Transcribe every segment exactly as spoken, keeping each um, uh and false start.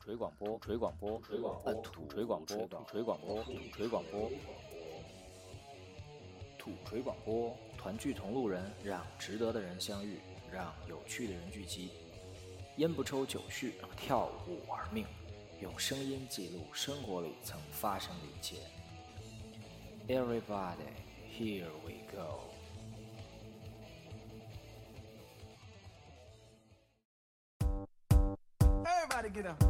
锤广播，锤广播，锤广播，土锤广播，土锤广播，土锤广播，土锤广播，团聚同路人，让值得的人相遇，让有趣的人聚集。烟不抽酒续，跳舞玩命，用声音记录生活里曾发生的一切。Everybody, here we go. Everybody get up.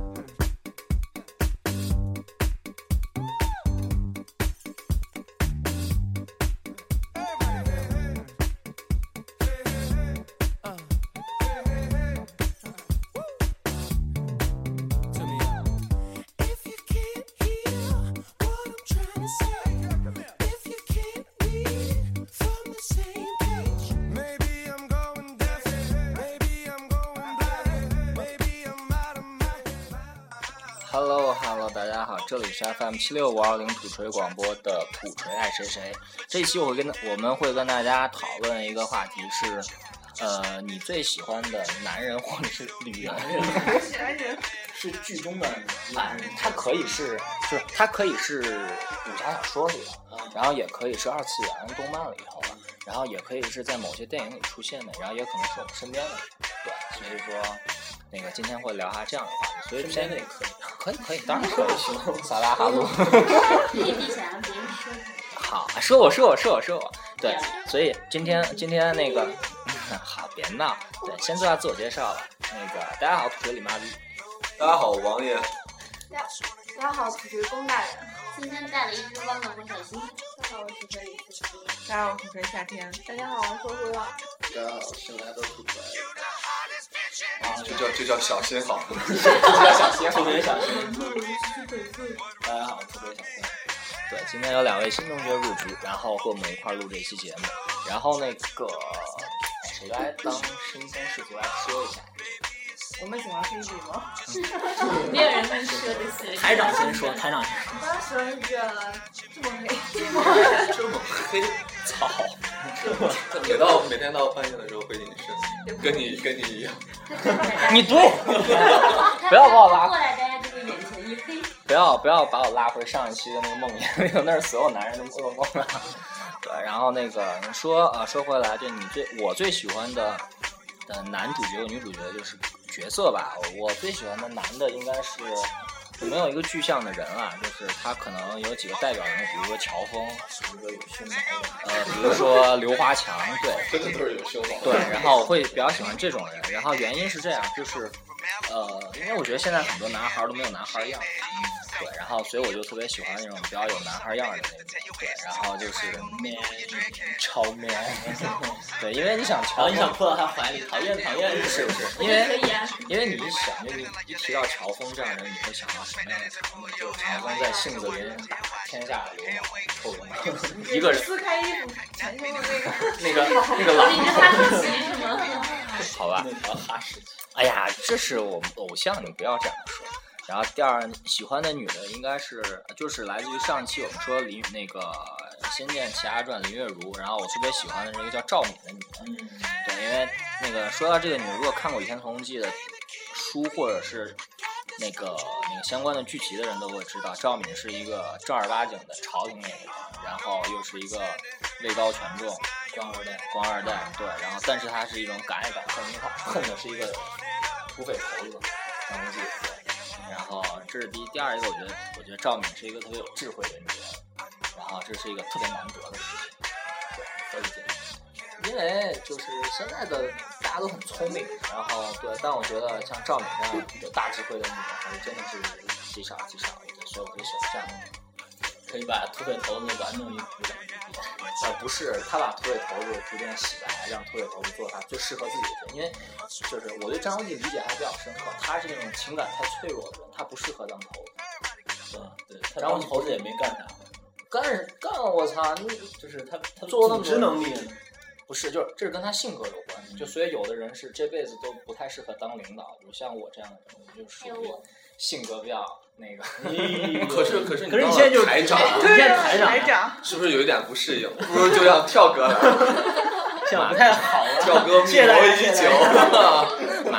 Hello Hello， 大家好，这里是 F M 七六五二零土锤广播的土锤爱谁谁。这一期我会跟我们会跟大家讨论一个话题是，呃，你最喜欢的男人或者是女人？ 男人是剧中的男人，他可以是，就是他可以是武侠小说里的，然后也可以是二次元动漫里头的，然后也可以是在某些电影里出现的，然后也可能是我们身边的，对，所以说。那个今天会聊下这样的话题，所以先那个可以，可以，可以，当然可以，行，萨拉哈鲁。 你别想让别人说。 好，说我说我说我说我，对，所以今天今天那个，好，别闹，对，先做下自我介绍吧。那个大家好，土锤李妈逼。 大家好，王爷。 大大家好，土锤龚大人。今天带了一只汪汪的小新。大家好，我是土锤李思思。 大家好，我是土锤夏天。 大家好，我是灰灰了。 大家好，新来的土锤。啊，就叫就叫小新好， 就叫小新好， 土锤小新。 大家好，土锤小新。对，今天有两位新同学入局，然后和我们一块儿录这期节目。然后那个谁来当身先士卒来说一下？ 我们喜欢黑笔吗？ 没有人能说得起。 台长先说，台长先说。 我喜欢一个这么黑， 这么黑， 操！ 每到每天到半夜的时候会隐身，跟你跟你一样。 你对，不要把我拉过来，大家就会眼前一黑。 不要不要把我拉回上一期的那个梦魇，那个那是所有男人的噩梦啊。对，然后那个你说啊，说回来，就你最我最喜欢的的男主角和女主角就是角色吧。我最喜欢的男的应该是。没有一个具象的人啊，就是他可能有几个代表人物，比如说乔峰，比如说有胸毛的，呃，比如说刘华强，对， 真的都是有胸毛。 对，然后我会比较喜欢这种人，然后原因是这样，就是，呃，因为我觉得现在很多男孩都没有男孩样，对，然后所以我就特别喜欢那种比较有男孩样的那种，对，然后就是 man， 超 man， 对，因为你想乔， 你想扑到他怀里，讨厌讨厌， 是不是？因为因为你一想，就你一提到乔峰这样的人，你会想到什么样的场景？就是乔峰在性子连打天下流氓，臭流氓，一个人撕开衣服全身的那个那个那个狼， 你是哈士奇是吗？ 好吧， 那条哈士奇。 哎呀，这是我们偶像，你不要这样说。然后第二喜欢的女的应该是就是来自于上期我们说林那个《仙剑奇侠传》林月如，然后我特别喜欢的是一个叫赵敏的女的，对，因为那个说到这个女的，如果看过《倚天屠龙记》的书或者是那个那个相关的剧集的人都会知道，赵敏是一个正儿八经的朝廷内的人，然后又是一个位高权重官二代，官二代，对，然后但是她是一种敢爱敢恨，因为她恨的是一个土匪头子，张无忌，对。然后这是第一，第二一个，我觉得，我觉得赵敏是一个特别有智慧的女人，然后这是一个特别难得的事情，对，可以讲，因为就是现在的大家都很聪明，然后对，但我觉得像赵敏这样有大智慧的女人，还是真的是极少极少的，所以我就喜欢这样的女人。 可以把土匪头子完整一鼓掌一鼓掌。 呃，不是，他把土匪头子逐渐洗白，让土匪头子做他最适合自己的人。因为就是我对张无忌理解还比较深刻，他是那种情感太脆弱的人，他不适合当头子。 对，对，张无忌头子也没干啥， 干干我操，你就是他他做那么多能力。 不是，就是这是跟他性格有关的。就所以有的人是这辈子都不太适合当领导，比如像我这样的人，我就属于性格比较那个。 可是可是可是你现在就是台长， 你现在台长， 台长是不是有一点不适应？不如就让跳哥来。 现在不太好了。 跳哥密谋已久。 妈逼，好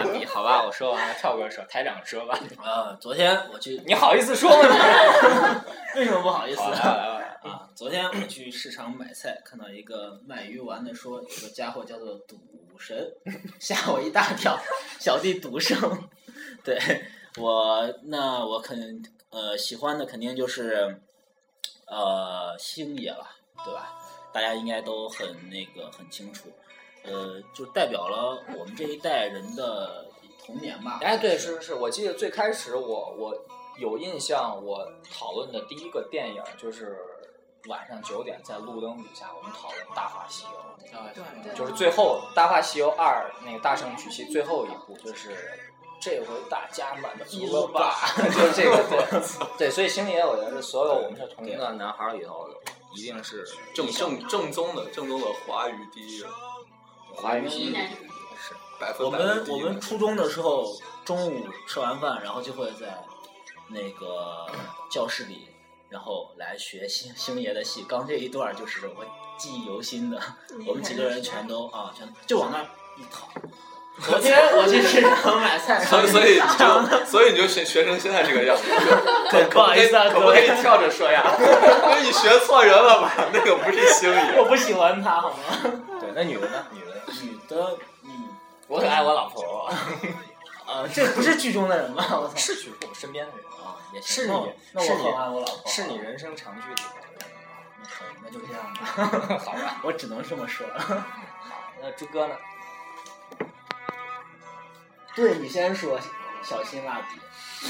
吧，我说完了，跳哥说，台长说吧。 呃，昨天我去， 你好意思说吗？ 你为什么不好意思？ 来来来啊！昨天我去市场买菜，看到一个卖鱼丸的说，有个家伙叫做赌神，吓我一大跳。小弟赌圣，对我那我肯呃喜欢的肯定就是呃星爷了，对吧？大家应该都很那个很清楚。呃，就代表了我们这一代人的童年吧。 哎，对，是是，我记得最开始我我有印象，我讨论的第一个电影就是晚上九点在路灯底下，我们讨论《大话西游》， 对对， 就是最后《大话西游二》那个大圣取西最后一部，就是这回大家满足了吧？就是这个，对对，所以星爷我觉得是所有我们这童年的男孩里头，一定是正正正宗的正宗的华语第一。 华语系是百分我百们我们初中的时候，中午吃完饭，然后就会在那个教室里，然后来学星星爷的戏。刚这一段就是我记忆犹新的，我们几个人全都啊，全就往那一躺。昨天我去市场买菜， 所以所以就所以你就学学成现在这个样子。 对，不好意思啊， 可不可以跳着说呀？ 因为你学错人了吧？那个不是星爷， 我不喜欢他，好吗？ 对，那女的呢？女的。 女的，嗯， 我很爱我老婆。 呃，这不是剧中的人吗？我操， 是剧中我身边的人啊，也是你， 那我很爱我老婆， 是你人生长剧里头的人。 那可以，那就这样吧。 好吧， 我只能这么说了。 好，那朱哥呢？ 对你先说，小心蜡笔。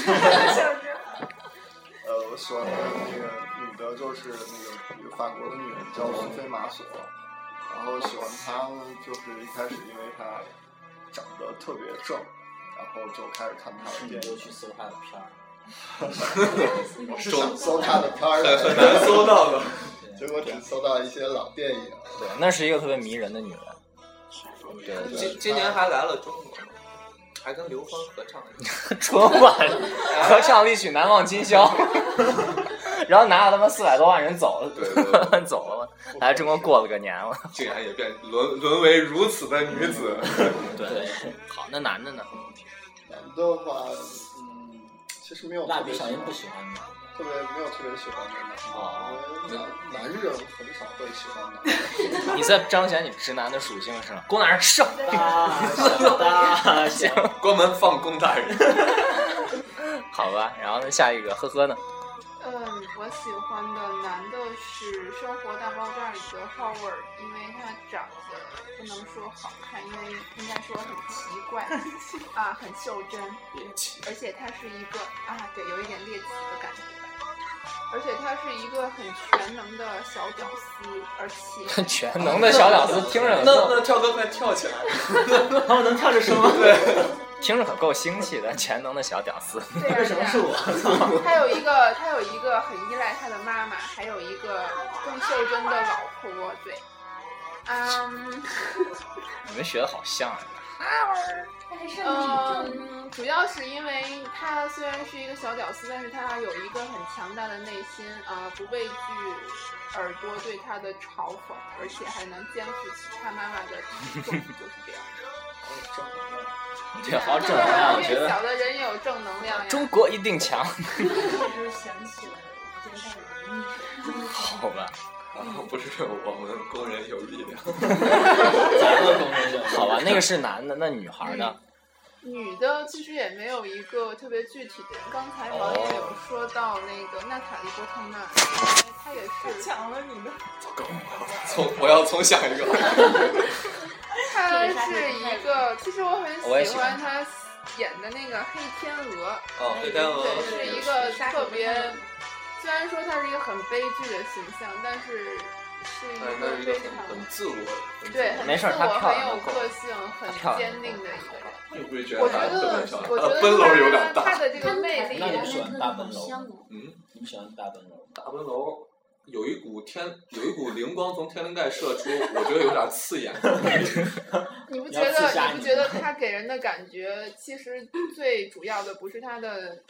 呃，我喜欢的那个女的，就是那个一个法国的女人，叫苏菲玛索。然后喜欢她呢，就是一开始因为她长得特别正，然后就开始看她的电影。 就去搜她的片儿。 我是想搜她的片儿的， 很难搜到的， 结果只搜到一些老电影。 对，那是一个特别迷人的女人。对对， 今今年还来了中国。还跟刘欢合唱春晚合唱一曲《难忘今宵》，然后拿了他妈四百多万人走了， 对对对走了，来中国过了个年了， 竟然也变沦沦为如此的女子。 对，对好，那男的呢？ 男的话，嗯，其实没有。 蜡笔小新不喜欢的。 特别没有特别喜欢的男的， 哦， 男男人很少会喜欢男的。 你在彰显你直男的属性是吗？给我拿人上！ 大行， 关门放公大人。 好吧，然后呢，下一个呵呵呢？ 嗯，我喜欢的男的是《生活大爆炸》里的 Howard， 因为他长得不能说好看，因为应该说很奇怪啊，很袖珍，而且他是一个啊，对，有一点猎奇的感觉。而且他是一个很全能的小屌丝，而且全能的小屌丝听着那那跳哥快跳起来， 他们能跳着说吗？ 对， 听着可够腥气的，全能的小屌丝。 对啊， 为什么是我？ 他有一个，他有一个很依赖他的妈妈，还有一个更袖珍的老婆，对，嗯， 你们学的好像啊。 嗯，主要是因为他虽然是一个小屌丝，但是他有一个很强大的内心啊、呃，不畏惧耳朵对他的嘲讽，而且还能肩负起他妈妈的体重，就是这样。 对，好正能量，我觉得。 小的人也有正能量呀。 中国一定强。 就是想起了一件大人的好吧。 啊，不是我们工人有力量， 咱们工人有力量。 好吧，那个是男的，那女孩呢？ 女的其实也没有一个特别具体的人。刚才王爷有说到那个娜塔莉波特曼，她也是抢了你的。 从我要重想一个。 她是一个，其实我很喜欢她演的那个黑天鹅。 哦，黑天鹅。 对，是一个特别。虽然说他是一个很悲剧的形象，但是是一个非常很自我， 对， 没事， 他很有个性、很坚定的一个人。 我觉得，我觉得奔楼有点大。 他的这个魅力。 那你喜欢大奔楼？ 嗯， 你不喜欢大奔楼？ 大奔楼有一股天，有一股灵光从天灵盖射出，我觉得有点刺眼。 你不觉得？你不觉得他给人的感觉，其实最主要的不是他的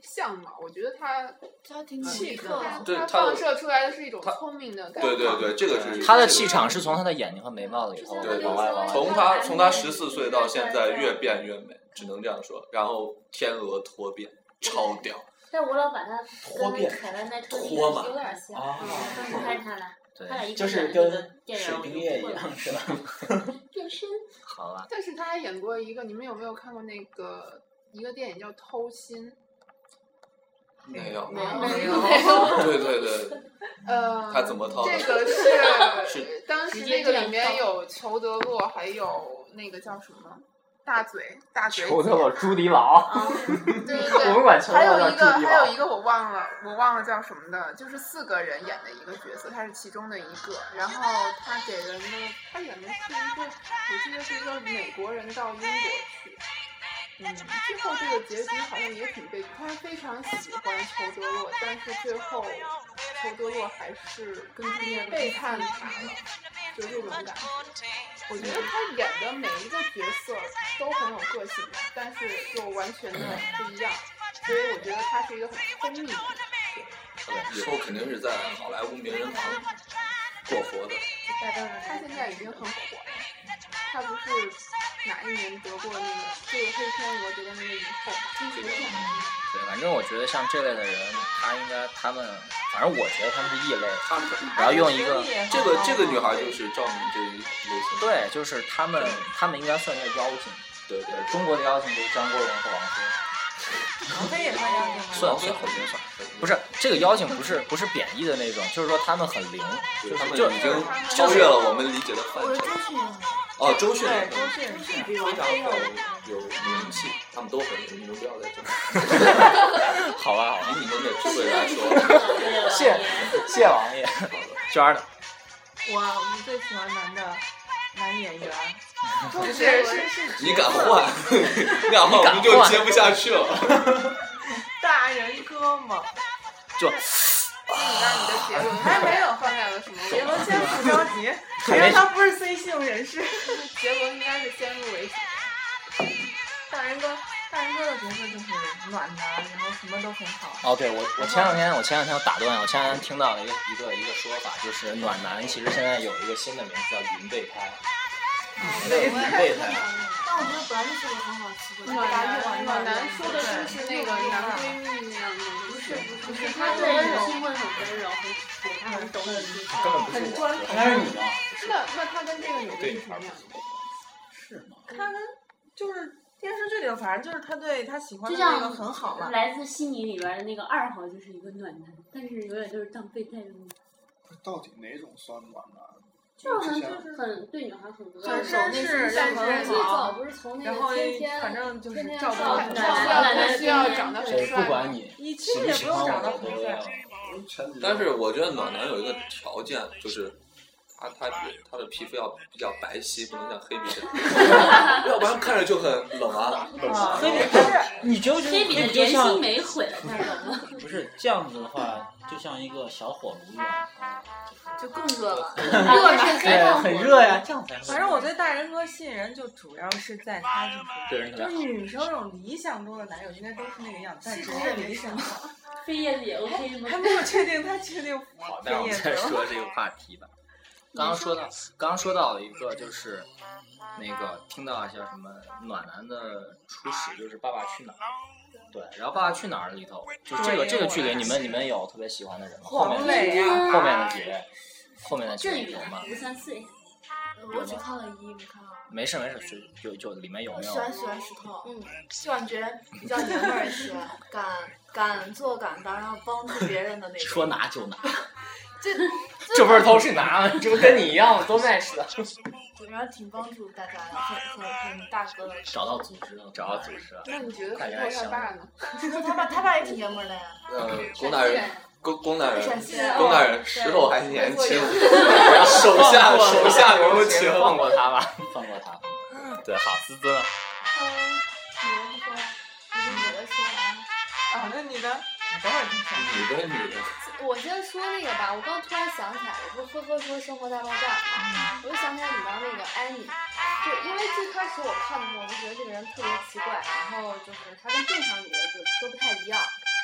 相貌，我觉得他他挺气克质，他放射出来的是一种聪明的感觉。 对对对，这个是他的气场是从他的眼睛和眉毛里头往外往外。 从他从他十四岁到现在越变越美，只能这样说。然后天鹅脱变，超屌。 但我老把他跟凯文奈特利有点像，分不开他俩。他俩一就是跟水冰月一样，是吧？ 变身。 好了。 但是他还演过一个，你们有没有看过那个一个电影叫《偷心》？ 没有， 没有， 没有。 对对对。 呃， 他怎么偷？ 这个是当时那个里面有裘德洛，还有那个叫什么？大嘴，大嘴。 裘德洛、朱迪劳。 对对对。 我们管裘德洛叫朱迪劳。 还有一个，还有一个我忘了，我忘了叫什么的，就是四个人演的一个角色，他是其中的一个。然后他给人的，他演的是一个，我记得是一个美国人到英国去。嗯，最后这个结局好像也挺悲剧。他非常喜欢裘德洛，但是最后裘德洛还是跟他背叛他了，就这种感觉。我觉得他演的每一个角色都很有个性感，但是又完全的不一样，所以我觉得他是一个很聪明的人。 对，以后肯定是在好莱坞名人堂过活的。 他现在已经很火了，他不是哪一年得过那个这个黑天鹅得的那个影后金球奖？ 对，反正我觉得像这类的人，他应该他们，反正我觉得他们是异类，他们然后用一个这个这个女孩就是赵敏这一类型。 对，就是他们他们应该算一个妖精。 对对， 中国的妖精就是张国荣和王菲。 王菲也算妖精吗？ 算算肯定算。不是这个妖精不是不是贬义的那种，就是说他们很灵， 就他们就已经超越了我们理解的范畴。哦，周迅， 对，周迅是非常有有名气，他们都很灵，你们不要在这儿。 好吧，好吧， 以你们的智慧来说， 谢谢王爷，娟儿的。 我我最喜欢男的男演员， 是是是。 你敢换？你敢换，我们就接不下去了。 大人哥嘛， 就。 那你的结论还没有放下了什么？ 结论先不着急，因为他不是 C 姓人士。 结论应该是先入为主。 大人哥，大人哥的角色就是暖男，然后什么都很好。 哦，对，我我前两天我前两天我打断，我前两天听到了一个一个一个说法，就是暖男其实现在有一个新的名字叫云备胎。云备胎。 但我觉得本来就是个很好吃的。 暖男，暖男说的就是那个男闺蜜那样的，不是不是， 他对人性会很温柔，很铁，他很懂你， 很专横。 那是你吗？ 那那他跟这个女的是什么样的？ 是吗？ 他跟就是电视剧里，反正就是他对他喜欢的那个很好嘛。 来自悉尼里边的那个二号就是一个暖男，但是永远都是当备胎的那种。 到底哪种算暖男？ 就是很就是很对女孩很温柔， 很绅士，但是最早不是从那个天天， 反正就是天照顾天奶奶需要长得很帅， 不管你一切也不用长得很帅。 但是我觉得暖男有一个条件，就是他他他的皮肤要比较白皙，不能像黑皮这样，要不然看着就很冷啊。 黑皮不是你觉得黑皮的就像年轻没毁了，太冷了。 不是这样子的话，就像一个小火炉一样。 就更热了， 热呀， 对，很热呀，这样才。 反正我对大人哥吸引人，就主要是在他就是就是女生那种理想中的男友应该都是那个样子，但只是理想。 飞叶子也 OK 吗？ 还没有确定他确定符合飞叶子。 那我们再说这个话题吧。刚刚说到，刚刚说到了一个就是那个听到一下什么暖男的初始，就是《爸爸去哪儿》。对，然后《爸爸去哪儿》里头，就这个这个剧里，你们你们有特别喜欢的人吗？后面后面的几位，后面的几位有吗？ 吴三岁，我只看了一，没看二。 没事没事，就就就里面有没有？ 喜欢喜欢石头，嗯，就感觉比较爷们儿些，敢敢做敢当，然后帮助别人的那种。 说拿就拿。 这这不是偷是拿吗？这不跟你一样都 match 的。 我觉得挺帮助大家的，很很很大哥的。 找到组织了，找到组织了。 那你觉得石头他爸呢？ 石头他爸，他爸也挺爷们儿的呀。 呃，龚大人，龚龚大人， 陕西人， 龚大人，石头还年轻，手下手下留情， 放过他吧，放过他。对，好，思思呢？ 嗯，女的说，女的说完。 啊，那女的，你等会儿听说。 女的女的。 我先说那个吧，我刚突然想起来，我不是呵呵说《生活大爆炸》吗？我就想起来里边那个安妮，就因为最开始我看的时候，我就觉得这个人特别奇怪，然后就是她跟正常女的就都不太一样。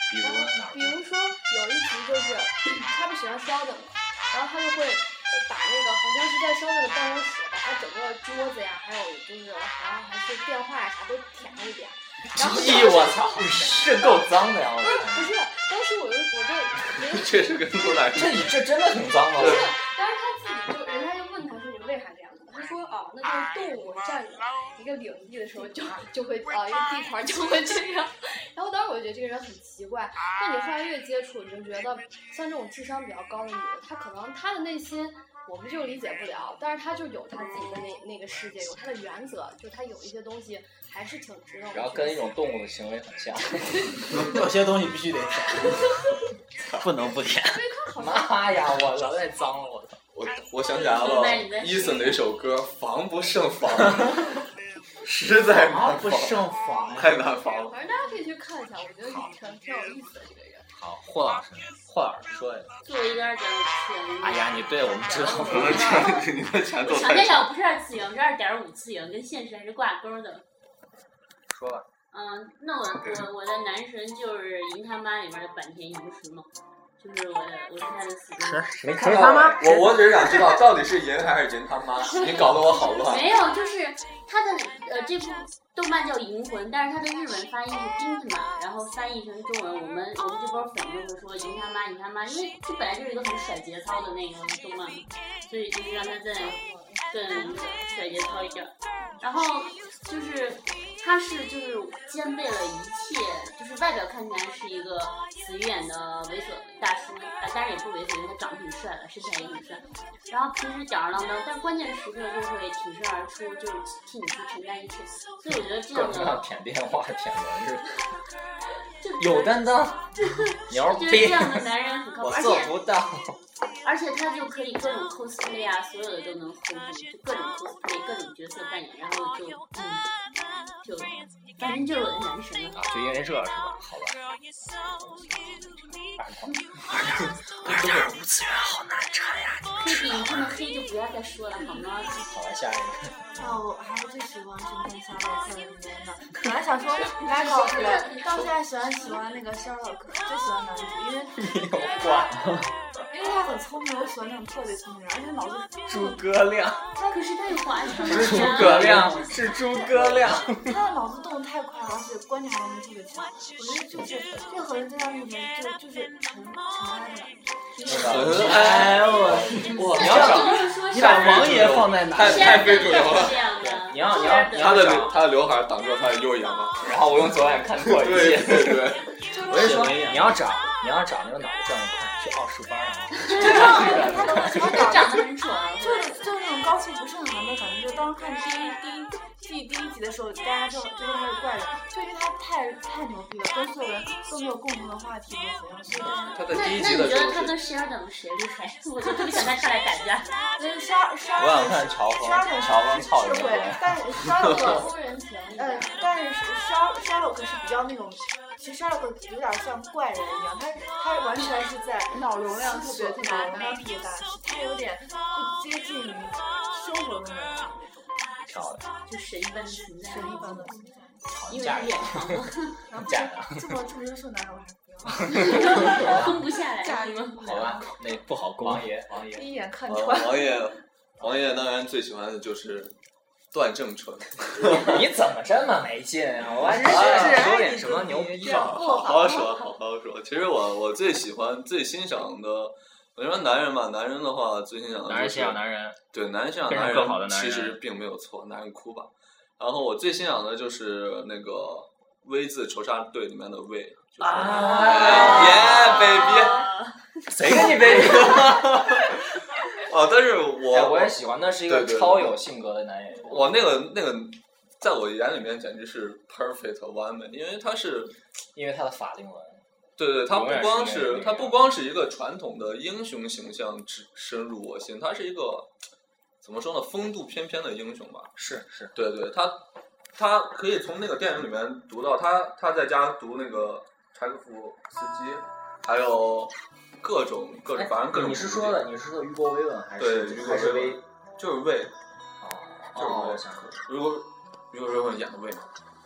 比如哪？ 比如说有一集就是他不喜欢烧的嘛，然后他就会把那个好像是在烧的办公室，把他整个桌子呀，还有就是好像还是电话呀啥都舔了一遍。 咦，我操，是够脏的呀！我不是，当时我就我就确实跟出来， 这你这真的挺脏的。 不是，当时他自己就人家就问他说你为啥这样子？他说哦，那就是动物占有一个领地的时候就就会啊、呃、一个地盘就会这样。然后当时我就觉得这个人很奇怪，但你后来越接触，你就觉得像这种智商比较高的女人，她可能她的内心。我们就理解不了，但是他就有他自己的那那个世界，有他的原则，就他有一些东西还是挺值得。 然后跟一种动物的行为很像， 有些东西必须得舔，不能不舔。 妈呀，我操，太脏了，我操！ 我我想起来了，伊森的一首歌《防不胜防》，实在难不胜防， 太难防了。 反正大家可以去看一下，我觉得挺挺有意思的这个人。 好，霍老师，霍老师说一下。 作为一个二点五次元， 哎呀，你对我们知道， 你的前奏。 强调一下，我不是二次元，我是二点五次元，跟现实还是挂钩的。 说吧。 嗯，那我我我的男神就是《银他妈》里面的坂田银时嘛，就是我的我是他的死忠。 谁谁他妈？ 我我只是想知道到底是银还是银他妈，你搞得我好乱。 没有，就是他的呃这部动漫叫《银魂》，但是他的日文发音是丁他妈，然后翻译成中文，我们我们这波粉就会说银他妈银他妈，因为这本来就是一个很甩节操的那个动漫，所以就是让他再更甩节操一点。然后就是他是就是兼备了一切，就是外表看起来是一个死鱼眼的猥琐大叔，啊，当然也不猥琐，因为他长得挺帅的，身材也挺帅。然后平时吊儿郎当，但关键时刻就会挺身而出，就是替你去承担一切。所以我觉得这样的像舔电话、舔人似的， 就有担当。牛逼！ 这样的男人很靠谱， 我做不到。 而且他就可以各种 cosplay 啊，所有的都能 hold 住，就各种 cosplay， 各种角色扮演，然后就嗯，就反正就是我的男神了。 啊，就因为这是吧？好吧。二点五次元好难缠呀！ 黑比，你这么黑就不要再说了好吗？ 好了，下一个。 啊，我还是最喜欢神探夏洛克里面的。本来想说来搞到现在喜欢喜欢那个夏洛克，最喜欢男主，因为你有挂。 因为他很聪明，我喜欢那种特别聪明人，而且脑子。 诸葛亮。 他可是他有华强。 是诸葛亮，是诸葛亮。 他的脑子动得太快，而且观察能力特别强。我觉得就是任何人在他面前就就是尘尘埃的感觉。 尘埃，我我你要找，你把王爷放在哪？ 太太非主流了。 你要你要他的他的刘海挡住他的右眼吗？ 然后我用左眼看错一切。 对对对。 我跟你说，你要找你要找那个脑子转得快，去奥数班上。 他能他长得很丑， 就是就是那种高气不胜寒的感觉。就当时看第一第一第第一集的时候，大家就就说他是怪人，就因为他太太牛逼了，跟所有人都没有共同的话题和怎样，所以他的第一集的时候。那那你觉得他跟希尔等谁厉害？我就特别想看他俩打架。 那沙沙我想看乔峰，乔峰操是会，但是沙洛克， 嗯， 但是沙沙洛克是比较那种。其实沙洛克有点像怪人一样，他他完全是在脑容量特别特别脑容量特别大，他有点就接近于生活中的人。 漂亮， 就神一般的存在， 神一般的存在， 因为他脸长嘛。 然后这么这么优秀男人，我还是不要。 攻不下来， 驾驭不好吧，那不好攻。王爷，王爷， 一眼看穿。 王爷，王爷当然最喜欢的就是段正淳。 你怎么这么没劲啊？我还是说点什么牛逼话。好好说，好好说。其实我我最喜欢、最欣赏的，我说男人嘛，男人的话最欣赏的。 男人欣赏男人。 对，男人欣赏男人，其实并没有错，男人哭吧。然后我最欣赏的就是那个《V 字仇杀队》里面的 V。 啊耶 ，baby！ 谁跟你 baby？ 哦，但是我、 哎、我也喜欢，那是一个超有性格的男演员。 我那个那个，在我眼里面简直是 perfect 完美，因为他是， 因为他的法令纹。 对对，他不光是他不光是一个传统的英雄形象深入我心，他是一个怎么说呢，风度翩翩的英雄吧。 是是， 对对，他他可以从那个电影里面读到他他在家读那个柴可夫斯基，还有。各种各种，反正各种。 你是说的，你是说的于国维文还是？ 对，于国维文，就是魏。 哦， 就是魏。 我想说， 如果于国维文演的魏。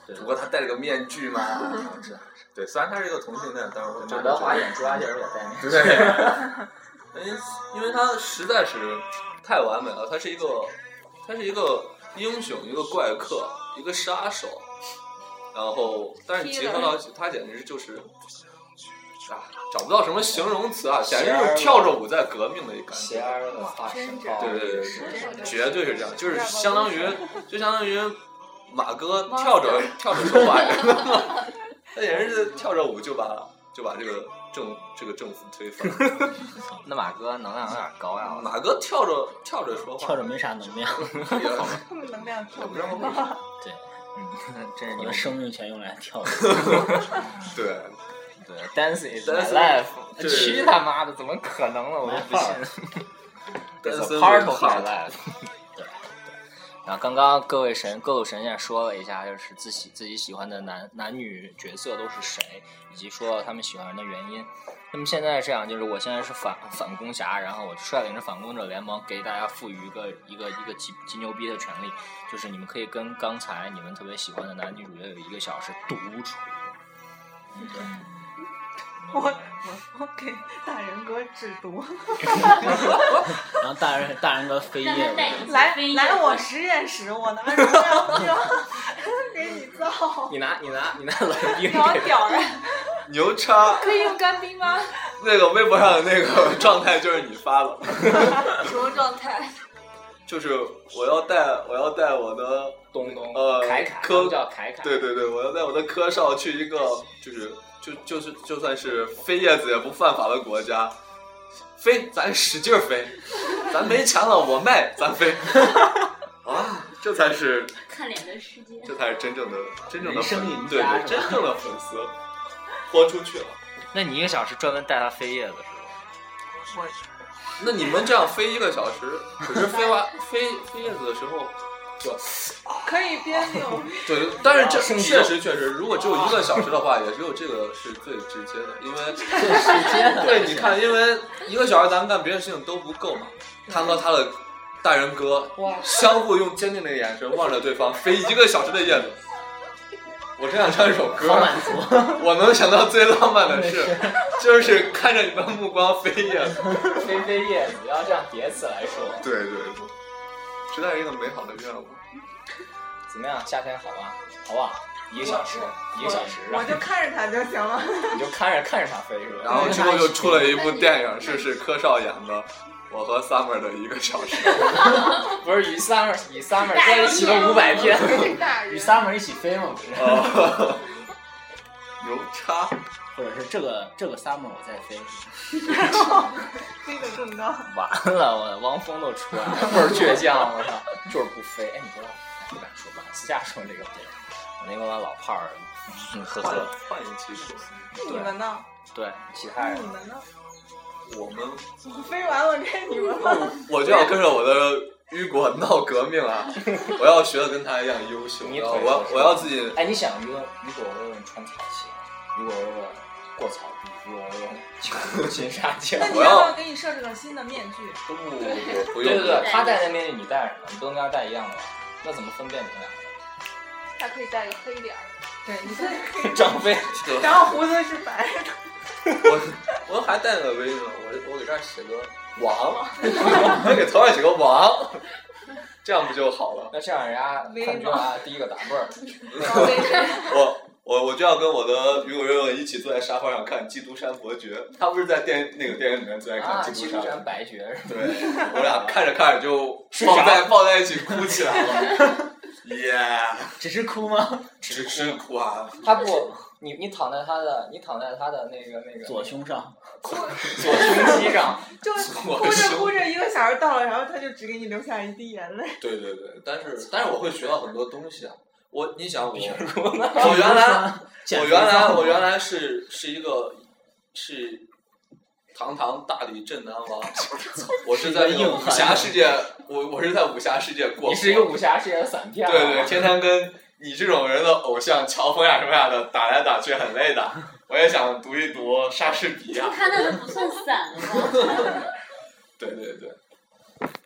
只不过他戴了个面具嘛。是，对，虽然他是一个同性恋，但是我马德华演猪八戒也戴面具。 对，因因为他实在是太完美了，他是一个，他是一个英雄，一个怪客，一个杀手，然后但是结合到他简直就是。啊，找不到什么形容词啊，简直就是跳着舞在革命的一感觉。 邪而恶化神暴。 对对对，绝对是这样，就是相当于，就相当于马哥跳着跳着说话，他简直是跳着舞就把就把这个政这个政府推翻。 那马哥能量有点高呀。 马哥跳着跳着说话， 跳着没啥能量。 能量跳不知道为什么。 对， 嗯，真是你的生命全用来跳着。 对。 对 ，Dance is my life， 去他妈的，怎么可能呢？我就不信。It's a part of my life 对。对。然后刚刚各位神各路神仙说了一下，就是自己自己喜欢的男男女角色都是谁，以及说了他们喜欢人的原因。那么现在这样，就是我现在是反反攻侠，然后我率领着反攻者联盟，给大家赋予一个一个一个极极牛逼的权利，就是你们可以跟刚才你们特别喜欢的男女主角有一个小时独处。对。 我我我给大人哥制毒， 然后大人大人哥飞叶来来我实验室，我拿什么药给你造？ 你拿你拿你拿冷冰， 你要屌人， 牛叉！ 可以用干冰吗？ 那个微博上的那个状态就是你发的。 什么状态？ 就是我要带我要带我的东东呃凯凯科叫凯凯， 对对对，我要带我的科少去一个就是。就就是就算是飞叶子也不犯法的国家，飞咱使劲飞，咱没钱了我卖咱飞，啊，这才是看脸的世界， 这才是真正的真正的粉丝，对对，真正的粉丝，豁出去了。 那你一个小时专门带他飞叶子是吧？我， 那你们这样飞一个小时，可是飞完飞飞叶子的时候。 可以边扭。 对，但是这确实确实，如果只有一个小时的话，也只有这个是最直接的，因为最直接的。 对，你看，因为一个小时咱们干别的事情都不够嘛。他和他的大人哥相互用坚定的眼神望着对方，飞一个小时的叶子。我真想唱一首歌， 好满足。 我能想到最浪漫的事，就是看着你们目光飞叶子， 飞飞叶子，要这样叠词来说。 对对对。实在是一个美好的愿望。 怎么样？夏天好吧？好不好？一个小时，一个小时。 我就看着他就行了。 你就看着看着他飞是吧？ 然后之后就出了一部电影，是是柯少演的《我和 Summer 的一个小时》。 不是与 Summer 与 Summer 在一起了五百天， 与 Summer 一起飞吗？不是。 哦、牛叉！ 或者是这个这个 summer 我在飞， 飞得更高。 完了，我汪峰都出来了，倍儿倔强，我操，就是不飞。哎，你不知道，不敢说吧？私下说这个，我那个我老炮儿，嗯，呵呵， 换一期说。 你们呢？ 对，其他人。 你们呢？ 我们飞完了该你们了。 我就要跟着我的雨果闹革命啊！我要学的跟他一样优秀。我我要自己。 哎，你想雨果雨果问问穿草鞋，雨果问问过草地，雨果问问求金沙江。 那你要不要给你设置个新的面具？ 不不不不用。 对对对，他戴那面具你戴什么？你不能跟他戴一样的吧？那怎么分辨你们俩？ 他可以戴个黑脸儿。 对，你可以。 张飞。 然后胡子是白的。 我我还带个 V 呢，我我给这儿写个王，我给头上写个王，这样不就好了？ 那这样人家看中啊，第一个打辈儿。 我我我就要跟我的雨果月月一起坐在沙发上看《基督山伯爵》，他不是在电那个电影里面最爱看基督山伯爵？ 对，我俩看着看着就抱在抱在一起哭起来了。耶！ 只是哭吗？ 只是哭啊！ 他不。你你躺在他的，你躺在他的那个那个左胸上， 左左胸肌上， 就哭着哭着一个小时到了，然后他就只给你留下一滴眼泪。 对对对，但是但是我会学到很多东西啊！我你想我，我原来我原来我原来是是一个是堂堂大理镇南王，我是在武侠世界，我我是在武侠世界过。 你是一个武侠世界的散片。 对对，天天跟。你这种人的偶像乔峰呀什么呀的打来打去很累的，我也想读一读莎士比亚。 看那都不算散了吗？ 对对对。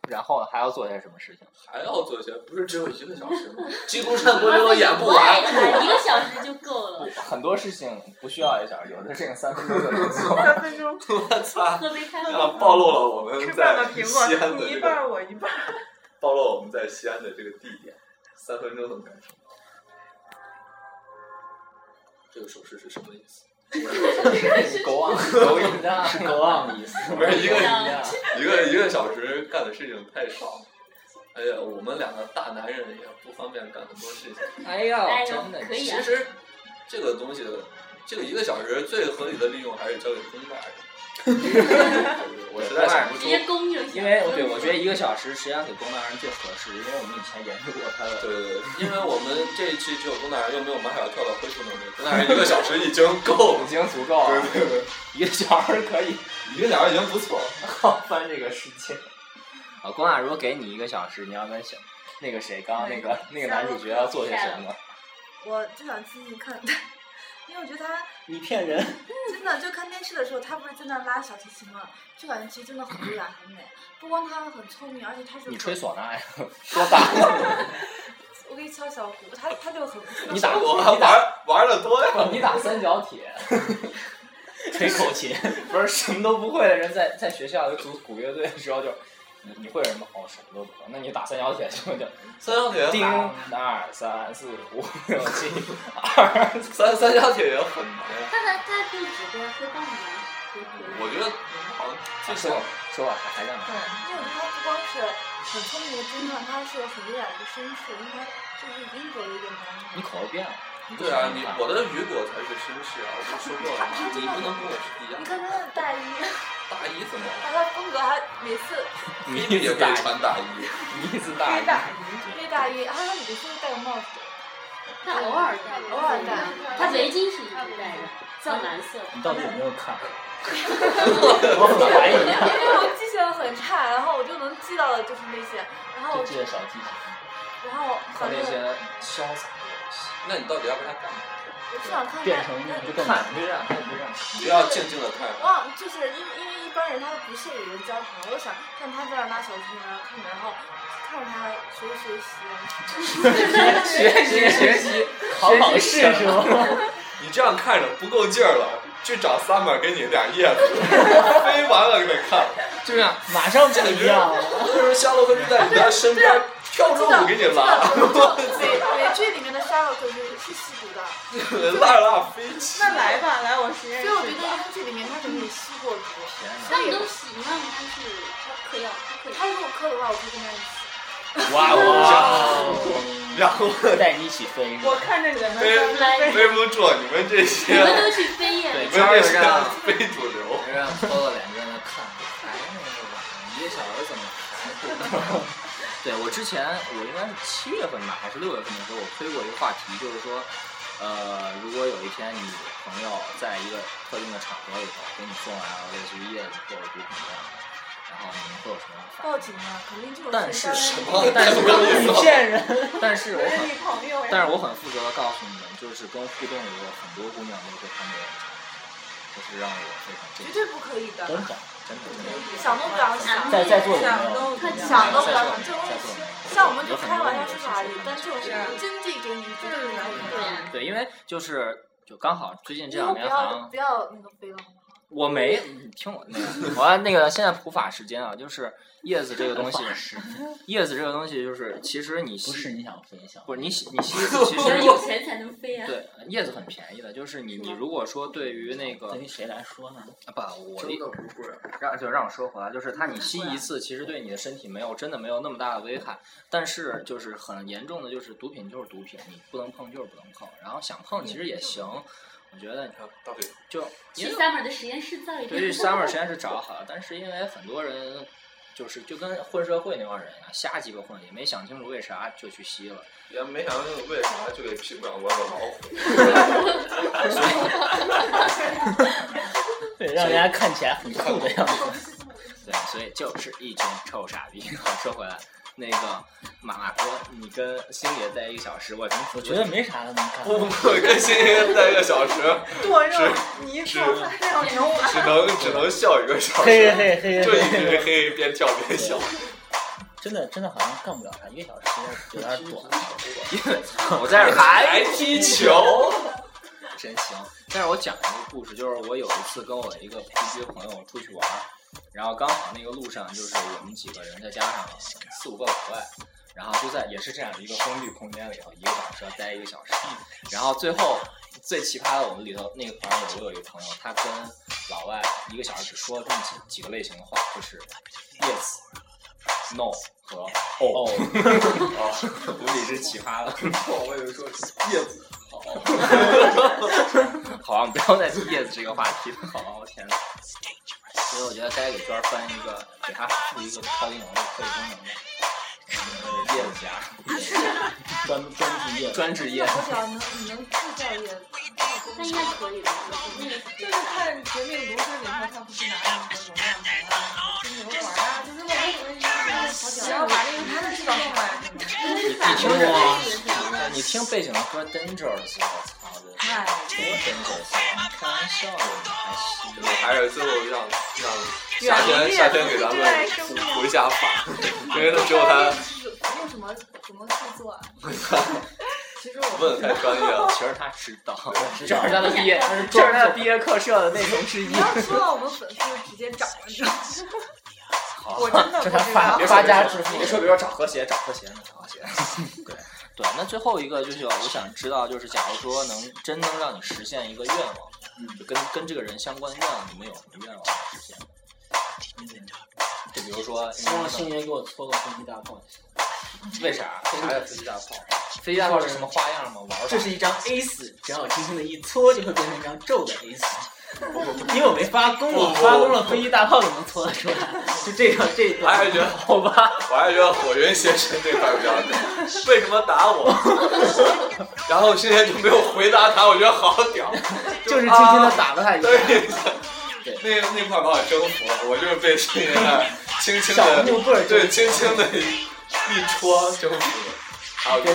然后还要做些什么事情？ 还要做些，不是只有一个小时吗？济公唱歌都演不完， 一个小时就够了。 很多事情不需要一小时，有的事情三分钟就能做。 三分钟， 我操！ 喝杯开啊，暴露了我们吃在半个苹果， 西安的这你一半个， 我一半。 暴露了我们在西安的这个地点，三分钟能干什么？这个手势是什么意思？ 狗啊，狗引的， 是 go on 的意思。 不是一个一个一个小时干的事情太少。哎呀，我们两个大男人也不方便干很多事情。 哎呀， 哎呦真的， 可以啊其实这个东西，这个一个小时最合理的利用还是交给公大人。我实在想不出。 直接公就行。 因为对，我觉得一个小时实际上给公大人最合适，因为我们以前研究过他的。 对对对，因为我们这一期只有公大人，又没有马小跳的恢复能力，公大人一个小时已经够了， 已经足够了。 对对对， 一个小时可以， 一个小时已经不错了。 好翻这个世界。啊，公大如果给你一个小时，你要跟小那个谁，刚刚那个那个男主角要做些什么？ 我就想继续看，因为我觉得他你骗人！ 真的就看电视的时候，他不是在那拉小提琴吗？就感觉其实真的很优雅很美。不光他很聪明，而且他是你吹唢呐呀？多大？ 我给你敲小鼓，他他就很。 你打我还玩玩的多呀！ 你打三角铁，吹口琴，不是什么都不会的人在在学校组鼓乐队的时候就。你你会什么？哦，什么都不会。那你打三角铁就就三角铁叮二三四五六七二三三角铁也很难呀。 他他他就只会会干嘛？ 我觉得好像这说说吧，还让对，因为我觉得他不光是很聪明的侦探，他是很优雅的一个绅士，因为他就是英国的一个男人。 你口味变了。 对啊，你我的雨果才是绅士啊！我不是说过了吗？你不能跟我是一样。 你看他的大衣。 大衣怎么？ 他风格还每次。 你也可以穿大衣。 呢子大衣。 黑大衣，他每次戴个帽子。 他偶尔戴， 偶尔戴。 他围巾是一直戴的，藏蓝色。 你到底有没有看？我很怀疑。 因为我记性很差，然后我就能记到的就是那些，然后。 就记得小记性。 然后。 和那些潇洒。 那你到底要跟他干嘛？ 我就想看变成你就看，你就这样，你就这样， 你不要静静的看。 忘，就是因为因为一般人他都不屑与人交谈，我就想看他在那拉小提琴，然后看着，然后看着他学学习， 学习学习， 考考试是吗？ 你这样看着不够劲儿了，去找 Summer 给你两叶子，飞完了给你看， 就这样， 马上不一样了。 就是夏洛克就在你的身边。跳着舞给你拉， 美美剧里面的夏洛克是是吸毒的， 辣辣飞起。 那来吧，来我实验室。 所以我觉得英剧里面他肯定也吸过毒。 他们都吸吗？他是他嗑药， 他如果嗑的话，我可以跟他一起。 哇哇！ 然后带你一起飞。 我看着你们飞飞不住，你们这些。 你们都去飞耶！ 对， 你们这些非主流。 人家偷了脸在那看，还那个吧，一个小时怎么还？对，我之前我应该是七月份吧，还是六月份的时候，我推过一个话题，就是说，呃，如果有一天你朋友在一个特定的场合里头给你送来了类似于叶子或者毒品这样的，然后你们会有什么样的反应？ 报警啊，肯定就是。 但是什么？ 但是你骗人！ 但是我很， 朋友但是我很负责的告诉你们，就是跟互动里有很多姑娘都会看这个，就是让我非常绝对不可以的。 真的。 真的真的想都不要想， 在在座有没有？ 想都不要想，这种东西，像我们就开玩笑是法律，但这种是真地给你绝对不可以的。 对，因为就是就刚好最近这两年好像不要那个飞了好吗？ 我没，你听我那个，我那个现在普法时间啊，就是叶子这个东西，叶子这个东西就是其实你不是你想飞想， 不是你你吸一次其实有钱才能飞啊。 对，叶子很便宜的，就是你你如果说对于那个对于谁来说呢？ 不，我真的不是让就让我说回来，就是它你吸一次，其实对你的身体没有真的没有那么大的危害，但是就是很严重的就是毒品就是毒品，你不能碰就是不能碰，然后想碰其实也行。我觉得就去 Summer 的实验室造一个。 对，去 Summer 实验室找好了，但是因为很多人就是就跟混社会那帮人啊，瞎鸡巴混，也没想清楚为啥就去吸了， 也没想清楚为啥就给屁股上关了老虎。 对，让人家看起来很酷的样子。 对，所以就是一群臭傻逼。好，说回来。那个马马哥，你跟星爷待一个小时，我真我觉得没啥能干。 不不不，跟星爷待一个小时， 剁肉，你做饭要人物， 只能只能笑一个小时， 嘿嘿嘿， 就一直嘿边跳边笑。 真的真的好像干不了啥，一个小时有点短。 因为我在这还踢球， 真行。但是我讲一个故事，就是我有一次跟我一个 P G 朋友出去玩，然后刚好那个路上就是我们几个人再加上四五个老外，然后就在也是这样一个封闭空间里头，一个小时要待一个小时，然后最后最奇葩的，我们里头那个团有我有一个朋友，他跟老外一个小时只说了这么几几个类型的话，就是 yes、no 和 oh。哦，无理是奇葩的。 我以为说叶子好。 好啊，不要再提叶子这个话题了，好吧，我天哪！所以我觉得该给娟翻一个，给他赋一个超级能力、特异功能的。呃，叶子侠，专专治叶，专治叶。 我想能你能制造叶子， 那应该可以的。 就是看《绝命毒师》里头，他不是拿那个容量盘啊、金牛环啊，就是我们只要把那个他们知道用来。 你听过？你听背景的歌《Dangerous》，我操的， 太多 Dangerous 了！开玩笑的，你还吸？ 还是最后让让夏天夏天给咱们回家发，因为他只有他。 用什么怎么制作啊？其实我问的太专业了， 其实他知道，这是他的毕业，这是他的毕业课设的内容之一。 你要说到我们粉丝直接找了，你知道吗？我真的这是发发家致富。别说，别说找和谐，找和谐，找和谐。对对，那最后一个就是我想知道，就是假如说能真能让你实现一个愿望，嗯，就跟跟这个人相关的愿望，你们有什么愿望实现？嗯，就比如说， 希望星爷给我搓个飞机大炮。 为啥？啥叫飞机大炮？飞机大炮是什么花样吗？玩？ 这是一张 A 四，只要我轻轻的一搓，就会变成一张皱的 A 四。因为我没发功，我发功了，飞机大炮就能搓得出来。就这个这个， 我还是觉得好吧，我还是觉得火云邪神这块比较屌。为什么打我？然后星爷就没有回答他，我觉得好屌， 就是轻轻的打了他一下。 对。那那块把我征服了，我就是被星爷那轻轻的，对，轻轻的一戳征服了。还有就是，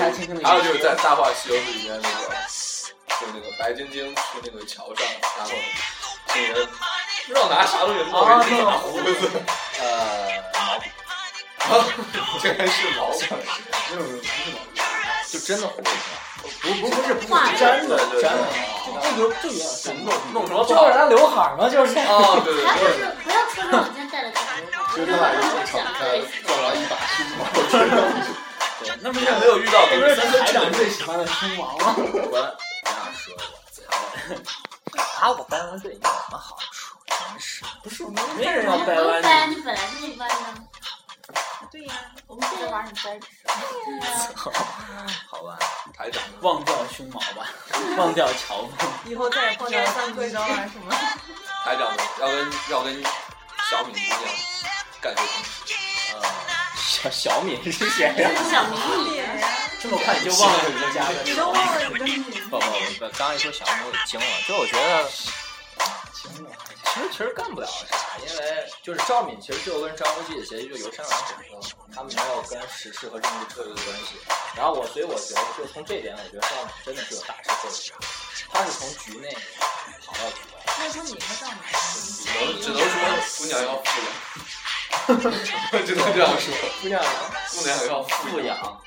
还有就是在《大话西游》里面那个，就那个白晶晶去那个桥上，然后星爷不知道拿啥东西冒着一大胡子， 呃，毛笔， 竟然是毛笔， 没有没有不是毛笔，就真的胡子。 不不不是不是真的真的，这个这个是弄弄什么？ 就是他刘海嘛，就是。 哦，对对对。 还不是不要说着我今天戴了假发，就是他把衣服敞开，放了一把胸毛。 对，那不是没有遇到， 那不是台长最喜欢的胸毛吗？ 我不想说，我操！啊，我掰弯对你有什么好处？真是， 不是没人要掰弯你，你本来就没弯的。 对呀，我们这把你掰直。 好吧， 台长， 忘掉胸毛吧，忘掉乔峰。 以后再也碰见三贵章啊什么。 台长要跟要跟小敏姑娘干这种事。 呃，小小敏是谁呀？ 小敏敏。 这么快就忘了你们家的？ 你都忘了你的名字。 不不不，刚刚一说小敏我给惊了，就我觉得。惊了。其实其实干不了啥，因为就是赵敏其实就跟张无忌的协议就由山而起，他们没有跟时事和政治彻底的关系。然后我所以我觉得就从这点，我觉得赵敏真的是有大智慧的，他是从局内跑到局外。 那说你和赵敏， 只能说姑娘要富养，只能这样说， 姑娘姑娘要富养。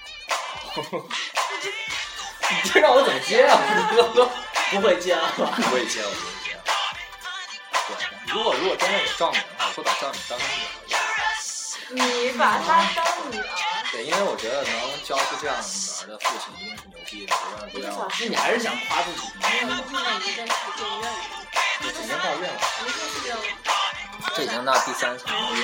你这让我怎么接啊？ 不会接啊， 不会接，我不会接。如果如果真的有赵敏的话，我会把赵敏当成女儿。 你把她当女儿？ 对，因为我觉得能教出这样女儿的父亲一定是牛逼的，无论不要。 那你还是想夸自己吗？ 因为我现在已经在实现愿望。 已经到愿望。 已经是愿望。 这已经到第三层了。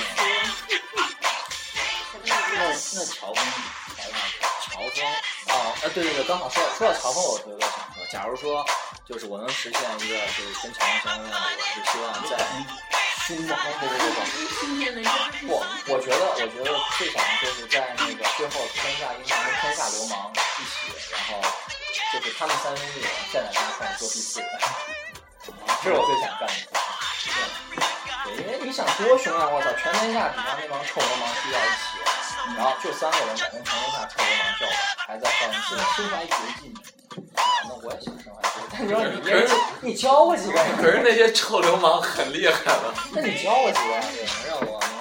那那乔峰， 乔峰，哦，呃，对对对，刚好说说到乔峰，我特别想说，假如说。就是我能实现一个就是跟乔峰相关的，我是希望在胸毛不不不不，我觉得我觉得最想就是在那个最后天下英雄跟天下流氓一起，然后就是他们三兄弟站在那块做第四人，这是我最想干的。对，因为你想多凶啊！我操，全天下只让那帮臭流氓聚到一起，然后就三个人敢跟全天下臭流氓叫板，还在放心身怀绝技呢。那我也想身怀绝技，但你说你你教我几个？ 可是那些臭流氓很厉害了。 那你教我几个？对，能让我能让我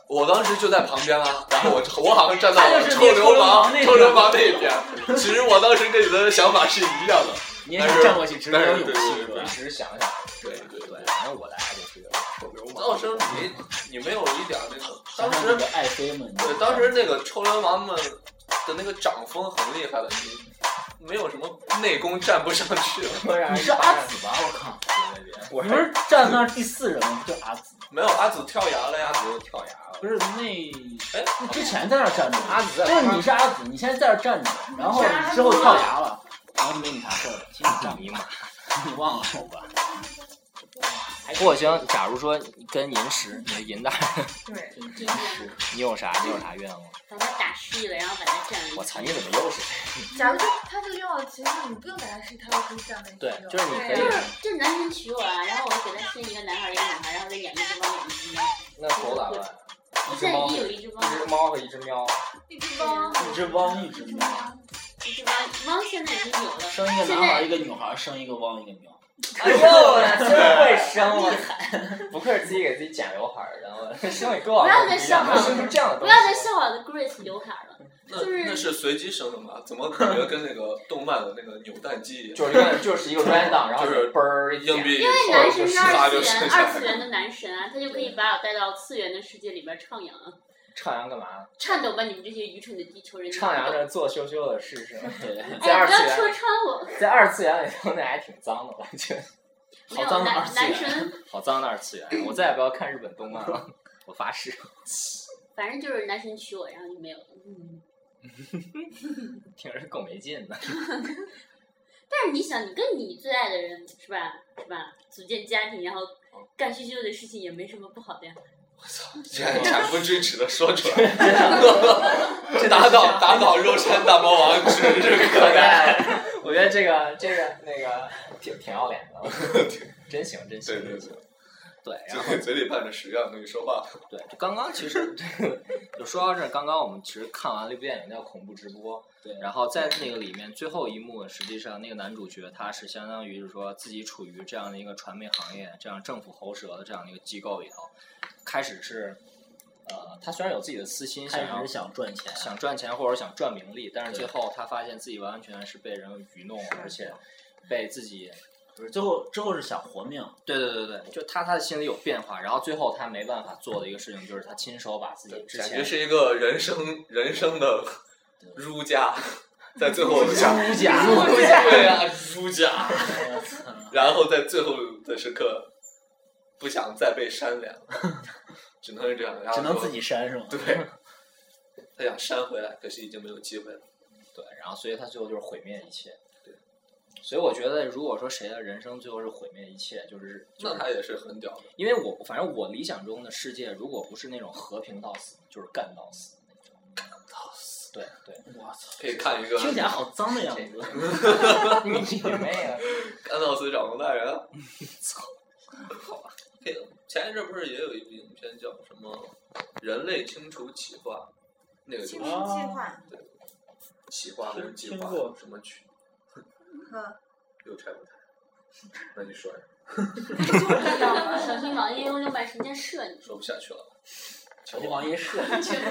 我当时就在旁边啊，然后我我好像站到了臭流氓臭流氓那边。其实我当时跟你的想法是一样的， 你也是站过去，只有勇气， 是吧？只是想想， 对对对。反正我的爱就是个臭流氓。 老师，你你没有一点那个，当时爱妃们， 对，当时那个臭流氓们的那个掌风很厉害的，你没有什么内功站不上去。 你是阿紫吧？我靠！我不是站那第四人吗？不就阿紫？ 没有，阿紫跳崖了呀！ 阿紫跳崖了。 不是那， 哎， 那之前在那站着。 阿紫在。 就是你是阿紫，你现在在那站着，然后之后跳崖了，然后就没你啥事儿了。其实你迷茫，你忘了好吧？ 霍星，假如说跟银石，你的银大人， 对， 银石， 你有啥？你有啥愿望？ 把他打湿了，然后把他占为。 我操！你怎么又是？ 假如说他这个愿望，其实你不用把他湿，他就可以占为。 对，就是你可以。 就是就是男神娶我啊，然后我给他生一个男孩一个女孩，然后再养一只猫养一只猫。 那狗咋办？ 现在已经有一只猫。 一只猫和一只喵。 一只猫。 一只汪，一只喵。 一只汪，汪现在已经有了。 生一个男孩，一个女孩，生一个汪，一个喵。 哎呦，真会生啊！不愧是自己给自己剪刘海儿，然后生一个。 不要再笑了， 生出这样的东西。 不要再笑我的 Grace 刘海了。 那那是随机生的吗？怎么感觉跟那个动漫的那个扭蛋机一样？ 就是一个就是一个 random， 然后就是嘣儿硬币， 因为男神是二次元， 二次元的男神啊，他就可以把我带到次元的世界里边徜徉啊。 徜徉干嘛？ 颤抖吧，你们这些愚蠢的地球人！ 徜徉着做羞羞的事情。对， 在二次元。哎，不要戳穿我。 在二次元里头，那还挺脏的，我觉得。 好脏的二次元。 好脏的二次元！我再也不要看日本动漫了，我发誓。 反正就是男神娶我，然后就没有了。嗯。 听着够没劲的。 但是你想，你跟你最爱的人是吧？是吧？组建家庭，然后干羞羞的事情也没什么不好的呀。 我操！竟然恬不知耻的说出来，打倒打倒肉山大魔王指日可待。 我觉得这个这个那个挺挺要脸的，真行真行。 对对对。 对，然后嘴里伴着屎一样跟你说话。 对，刚刚其实就说到这儿，刚刚我们其实看完了一部电影叫《恐怖直播》， 对， 然后在那个里面最后一幕，实际上那个男主角他是相当于是说自己处于这样的一个传媒行业，这样政府喉舌的这样的一个机构里头，开始是呃，他虽然有自己的私心，想要想赚钱， 想赚钱或者想赚名利，但是最后他发现自己完完全全是被人愚弄，而且被自己。 最后之后是想活命， 对对对对，就他他的心里有变化，然后最后他没办法做的一个事情就是他亲手把自己之前感觉是一个人生人生的儒家，在最后儒家儒家对啊儒家，然后在最后的时刻不想再被删了，只能是这样，然后只能自己删是吗？ 对，他想删回来，可是已经没有机会了。 对，然后所以他最后就是毁灭一切。所以我觉得，如果说谁的人生最后是毁灭一切，就是、就是、 那他也是很屌的。 因为我反正我理想中的世界，如果不是那种和平到死，就是干到死那种。 干到死。 对对。 我操！ 可以看一个。 听起来好脏的样子。 你你妹啊！ 干到死，掌控大人。 操！好吧。 可以。前一阵不是也有一部影片叫什么《人类清除企划》？那个清除计划。 对。企划还是计划？什么曲？又拆不开，那你说呀？ 小心网页用六百时间射你， 说不下去了。 小心网页射你去。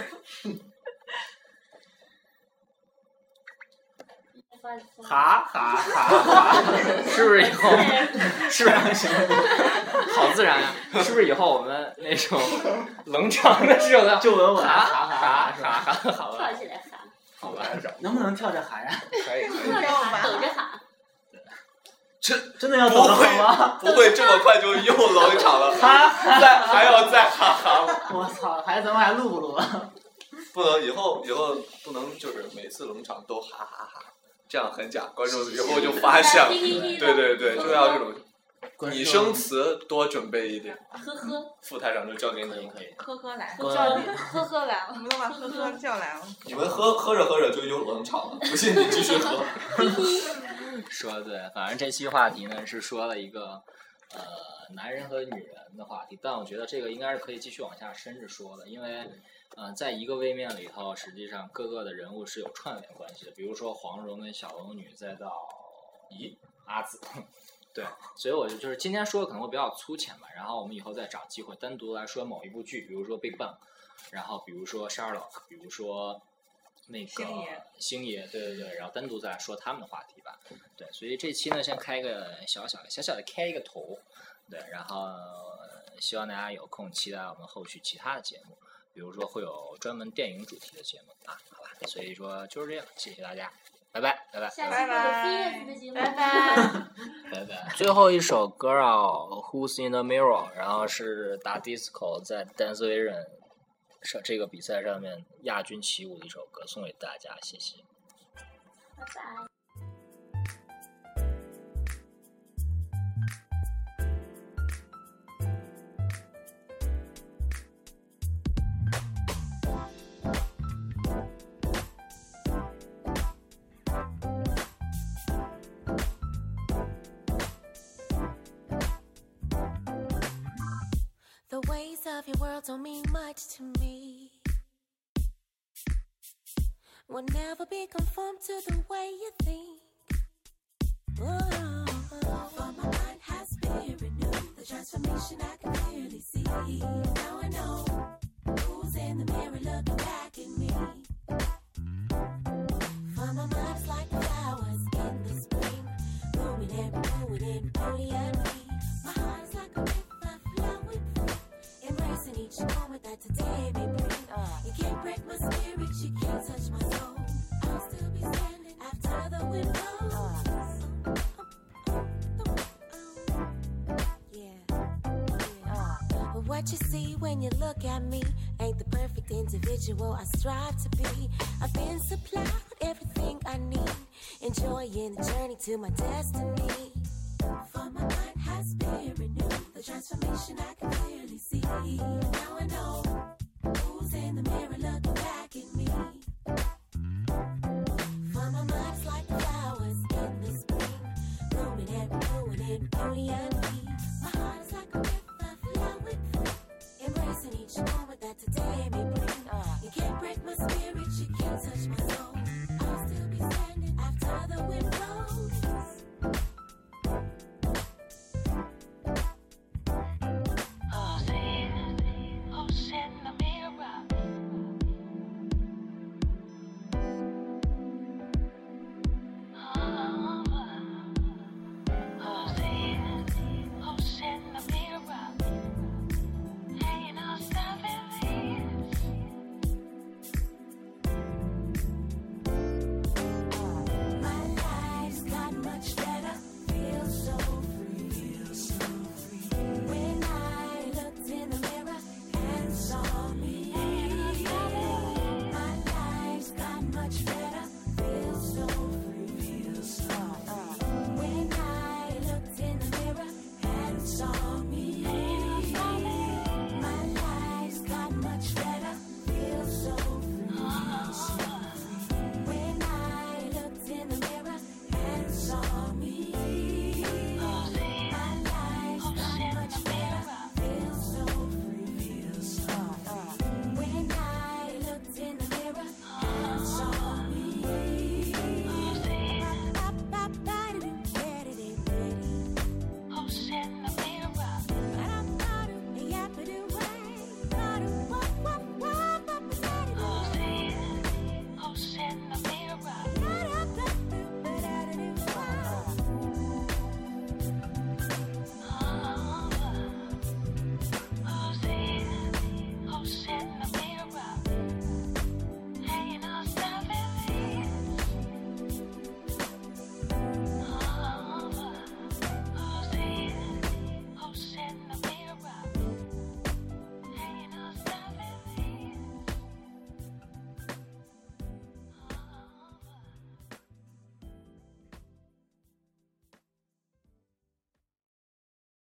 哈哈哈哈！是不是以后？是不是行？好自然呀！是不是以后我们那种冷场的时候就稳稳哈哈哈哈哈！好吧。 跳起来哈。 好吧。 能不能跳着哈呀？ 可以。 跳着哈，抖着哈。 这真的要抖着哈吗？ 不会这么快就又冷场了？ 哈哈， 再还要再哈哈。 我操！还咱们还录不录了？ 不能，以后以后不能就是每次冷场都哈哈哈，这样很假，观众以后就发现了。对对对，就要这种拟声词多准备一点。 呵呵。 副台长就交给你可以。 呵呵来， 叫你呵呵来了， 我们都把呵呵叫来了。 你们喝喝着喝着就又冷场了，不信你继续喝。 说的对，反正这期话题呢是说了一个呃男人和女人的话题，但我觉得这个应该是可以继续往下深着说的，因为呃在一个位面里头，实际上各个的人物是有串联关系的，比如说黄蓉跟小龙女，再到咦阿紫， 对，所以我就就是今天说的可能会比较粗浅吧，然后我们以后再找机会单独来说某一部剧，比如说《Big Bang》，然后比如说《Sherlock》，比如说那个星爷， 星爷，对对对，然后单独再来说他们的话题吧。对，所以这期呢，先开一个小小的小小的开一个头，对，然后希望大家有空期待我们后续其他的节目，比如说会有专门电影主题的节目啊，好吧，所以说就是这样，谢谢大家。拜拜，拜拜， 下期会有飞叶子的节目， 拜拜， 拜拜。最后一首歌啊 ，Who's in the Mirror， 然后是打 disco 在 Dance Vision 上这个比赛上面亚军起舞的一首歌，送给大家，谢谢。 拜拜。 The ways of your world don't mean much to me. Will never be conformed to the way you think. Oh, for my mind has been renewed. The transformation I can clearly see. Now I know who's in the mirror looking back at me. For my mind is like the flowers in the spring, blooming and renewing in beauty and me. My heart is like a river flowing free, embracing each moment that today may bring. You can't break my spirit, you can't touch my soul. I'll still be standing after the window. What you see when you look at me ain't the perfect individual I strive to be. I've been supplied everything I need, enjoying the journey to my destiny. For my mind has been renewed, the transformation I can clearly see. Now I know who's in the mirror looking back.